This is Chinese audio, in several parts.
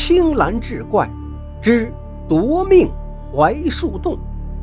青蓝志怪之夺命槐树洞。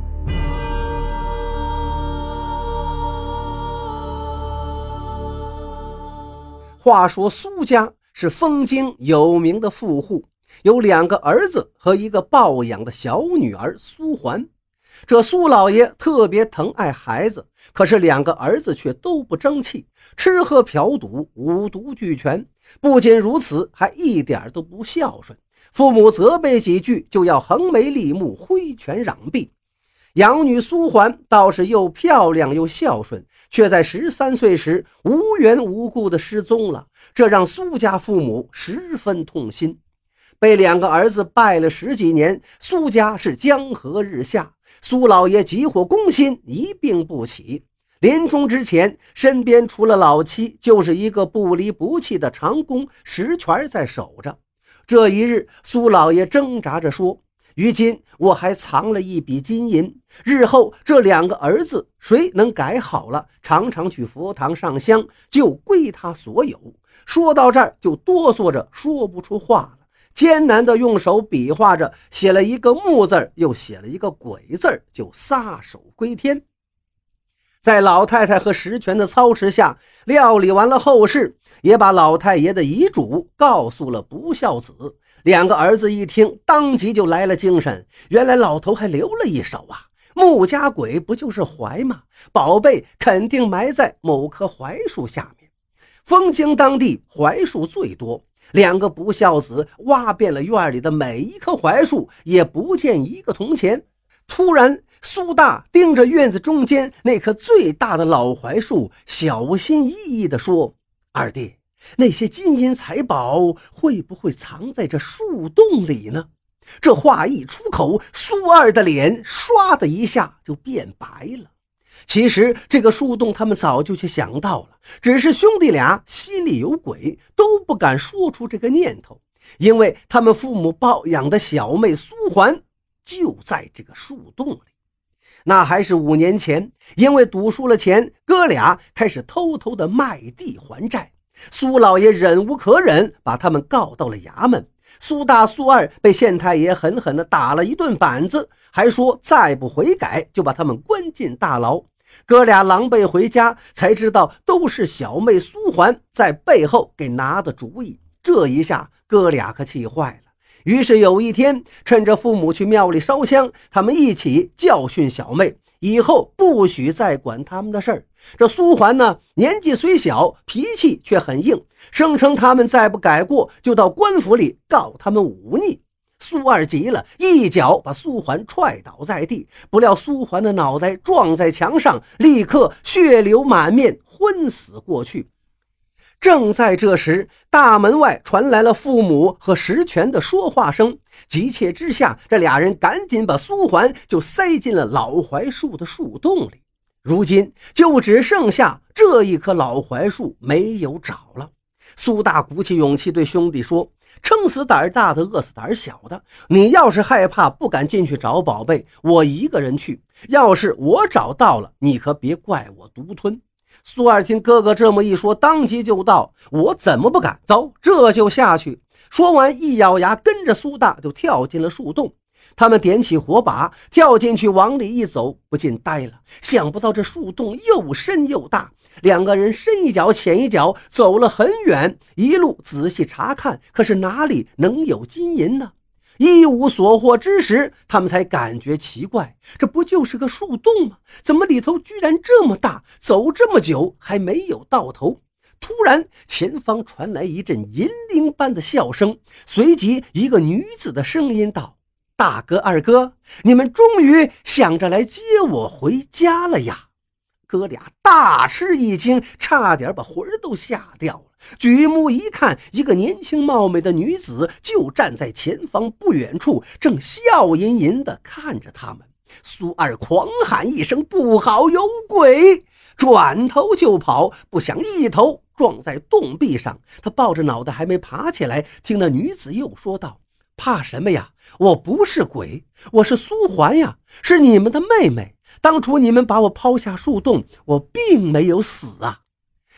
话说苏家是丰京有名的富户，有2个儿子和一个抱养的小女儿苏环。这苏老爷特别疼爱孩子，可是2个儿子却都不争气，吃喝嫖赌五毒俱全。不仅如此，还一点都不孝顺，父母责备几句就要横眉立目，挥拳攘臂。养女苏环倒是又漂亮又孝顺，却在13岁时无缘无故的失踪了，这让苏家父母十分痛心。被2个儿子败了10几年，苏家是江河日下，苏老爷急火攻心，一病不起。临终之前，身边除了老妻，就是一个不离不弃的长工石权在守着。这一日，苏老爷挣扎着说：“于今我还藏了一笔金银，日后这2个儿子谁能改好了，常常去佛堂上香，就归他所有。”说到这儿就哆嗦着说不出话了，艰难地用手比划着，写了一个木字，又写了一个鬼字，就撒手归天。在老太太和石权的操持下，料理完了后事，也把老太爷的遗嘱告诉了不孝子。2个儿子一听，当即就来了精神，原来老头还留了一手啊，穆家鬼不就是槐吗？宝贝肯定埋在某棵槐树下面。丰京当地槐树最多，2个不孝子挖遍了院里的每一棵槐树，也不见一个铜钱。突然苏大盯着院子中间那棵最大的老槐树，小心翼翼地说：“二弟，那些金银财宝会不会藏在这树洞里呢？”这话一出口，苏二的脸唰的一下就变白了。其实这个树洞他们早就去想到了，只是兄弟俩心里有鬼，都不敢说出这个念头，因为他们父母抱养的小妹苏环就在这个树洞里。那还是5年前，因为赌输了钱，哥俩开始偷偷的卖地还债。苏老爷忍无可忍，把他们告到了衙门。苏大、苏二被县太爷狠狠地打了一顿板子，还说再不悔改就把他们关进大牢。哥俩狼狈回家，才知道都是小妹苏环在背后给拿的主意。这一下哥俩可气坏了。于是有一天，趁着父母去庙里烧香，他们一起教训小妹，以后不许再管他们的事儿。这苏环呢，年纪虽小，脾气却很硬，声称他们再不改过，就到官府里告他们忤逆。苏二急了，一脚把苏环踹倒在地，不料苏环的脑袋撞在墙上，立刻血流满面，昏死过去。正在这时，大门外传来了父母和石权的说话声。急切之下，这俩人赶紧把苏环就塞进了老槐树的树洞里。如今就只剩下这一棵老槐树没有找了。苏大鼓起勇气对兄弟说：“撑死胆大的，饿死胆小的，你要是害怕不敢进去找宝贝，我一个人去，要是我找到了，你可别怪我独吞。”苏二听哥哥这么一说，当即就道：“我怎么不敢？走，这就下去。”说完一咬牙，跟着苏大就跳进了树洞。他们点起火把，跳进去往里一走，不禁呆了，想不到这树洞又深又大，2个人深一脚浅一脚，走了很远，一路仔细查看，可是哪里能有金银呢？一无所获之时，他们才感觉奇怪，这不就是个树洞吗？怎么里头居然这么大，走这么久还没有到头。突然前方传来一阵银铃般的笑声，随即一个女子的声音道：“大哥二哥，你们终于想着来接我回家了呀！”哥俩大吃一惊，差点把魂都吓掉了。举目一看，一个年轻貌美的女子就站在前方不远处，正笑吟吟地看着他们。苏二狂喊一声：“不好，有鬼！”转头就跑，不想一头撞在洞壁上。他抱着脑袋还没爬起来，听那女子又说道：“怕什么呀？我不是鬼，我是苏环呀，是你们的妹妹。当初你们把我抛下树洞，我并没有死啊。”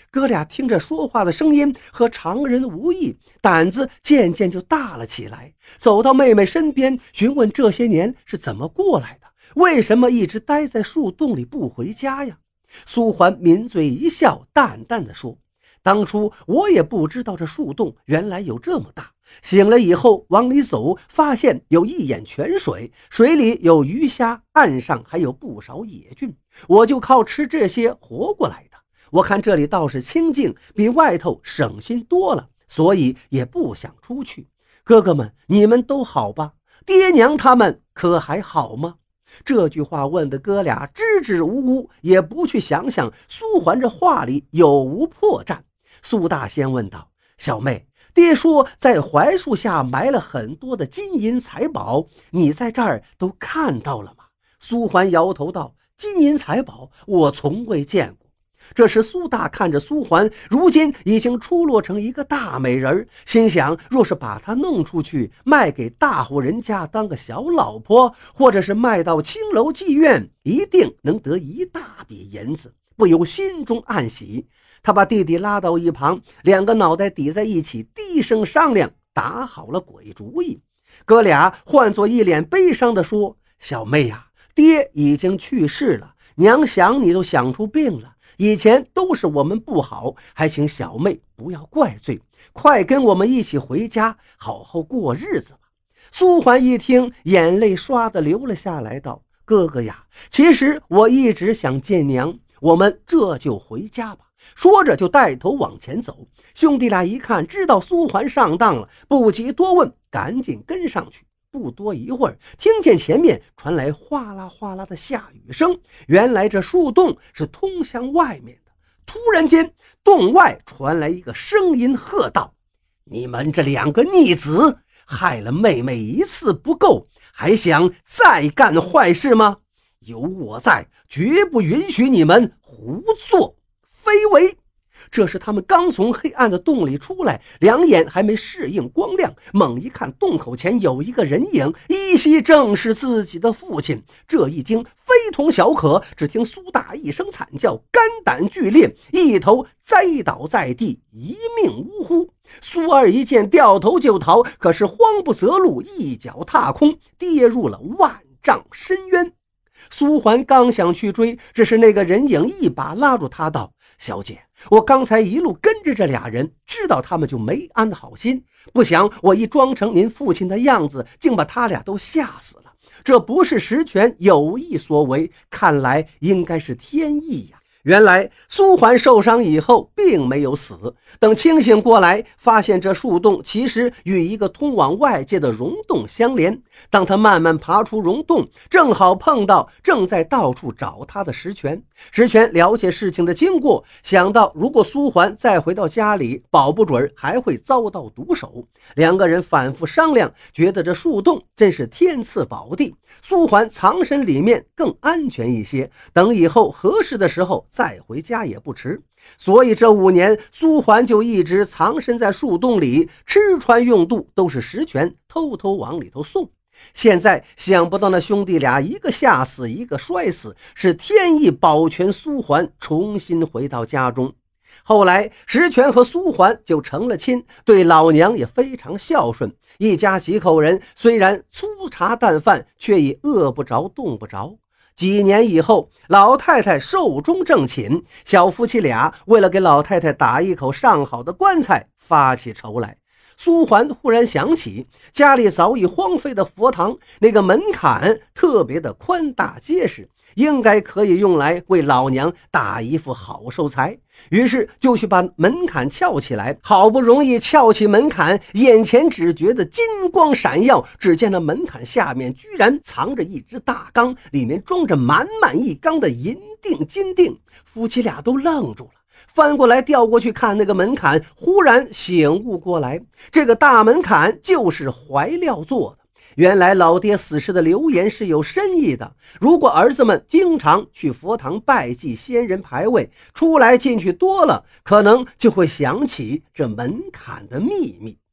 哥俩听着说话的声音和常人无异，胆子渐渐就大了起来，走到妹妹身边，询问这些年是怎么过来的，为什么一直待在树洞里不回家呀？苏环抿嘴一笑，淡淡的说：当初我也不知道这树洞原来有这么大，醒了以后往里走，发现有一眼泉水，水里有鱼虾，岸上还有不少野菌，我就靠吃这些活过来的。我看这里倒是清静，比外头省心多了，所以也不想出去。哥哥们，你们都好吧？爹娘他们可还好吗？这句话问的哥俩支支吾吾，也不去想想苏环这话里有无破绽。苏大仙问道：小妹，爹说在槐树下埋了很多的金银财宝，你在这儿都看到了吗？苏环摇头道：金银财宝我从未见过。这时苏大看着苏环，如今已经出落成一个大美人，心想若是把她弄出去卖给大户人家当个小老婆，或者是卖到青楼妓院，一定能得一大笔银子，不由心中暗喜。他把弟弟拉到一旁，两个脑袋抵在一起，低声商量，打好了鬼主意。哥俩换作一脸悲伤地说：小妹呀，爹已经去世了，娘想你都想出病了，以前都是我们不好，还请小妹不要怪罪，快跟我们一起回家好好过日子吧。苏环一听，眼泪唰地流了下来，道：哥哥呀，其实我一直想见娘，我们这就回家吧。说着就带头往前走。兄弟俩一看知道苏环上当了，不及多问，赶紧跟上去。不多一会儿，听见前面传来哗啦哗啦的下雨声，原来这树洞是通向外面的。突然间，洞外传来一个声音喝道：你们这两个逆子，害了妹妹一次不够，还想再干坏事吗？有我在，绝不允许你们胡作非为。这时他们刚从黑暗的洞里出来，两眼还没适应光亮，猛一看洞口前有一个人影，依稀正是自己的父亲。这一惊非同小可，只听苏大一声惨叫，肝胆俱裂，一头栽倒在地，一命呜呼。苏二一见，掉头就逃，可是慌不择路，一脚踏空，跌入了万丈深渊。苏环刚想去追，只是那个人影一把拉住他道：小姐，我刚才一路跟着这俩人，知道他们就没安好心，不想我一装成您父亲的样子，竟把他俩都吓死了。这不是石泉有意所为，看来应该是天意呀。原来苏环受伤以后并没有死，等清醒过来，发现这树洞其实与一个通往外界的溶洞相连。当他慢慢爬出溶洞，正好碰到正在到处找他的石泉。石泉了解事情的经过，想到如果苏环再回到家里，保不准还会遭到毒手。两个人反复商量，觉得这树洞真是天赐宝地，苏环藏身里面更安全一些，等以后合适的时候再回家也不迟。所以这5年，苏环就一直藏身在树洞里，吃穿用度都是石泉偷偷往里头送。现在想不到那兄弟俩一个吓死一个摔死，是天意保全苏环重新回到家中。后来石泉和苏环就成了亲，对老娘也非常孝顺，一家几口人虽然粗茶淡饭，却已饿不着冻不着。几年以后，老太太寿终正寝，小夫妻俩为了给老太太打一口上好的棺材发起愁来。苏环忽然想起家里早已荒废的佛堂，那个门槛特别的宽大结实，应该可以用来为老娘打一副好寿材。于是就去把门槛撬起来，好不容易撬起门槛，眼前只觉得金光闪耀，只见那门槛下面居然藏着一只大缸，里面装着满满一缸的银锭金锭。夫妻俩都愣住了，翻过来调过去看那个门槛，忽然醒悟过来，这个大门槛就是怀料做的。原来老爹死时的留言是有深意的，如果儿子们经常去佛堂拜祭仙人牌位，出来进去多了，可能就会想起这门槛的秘密。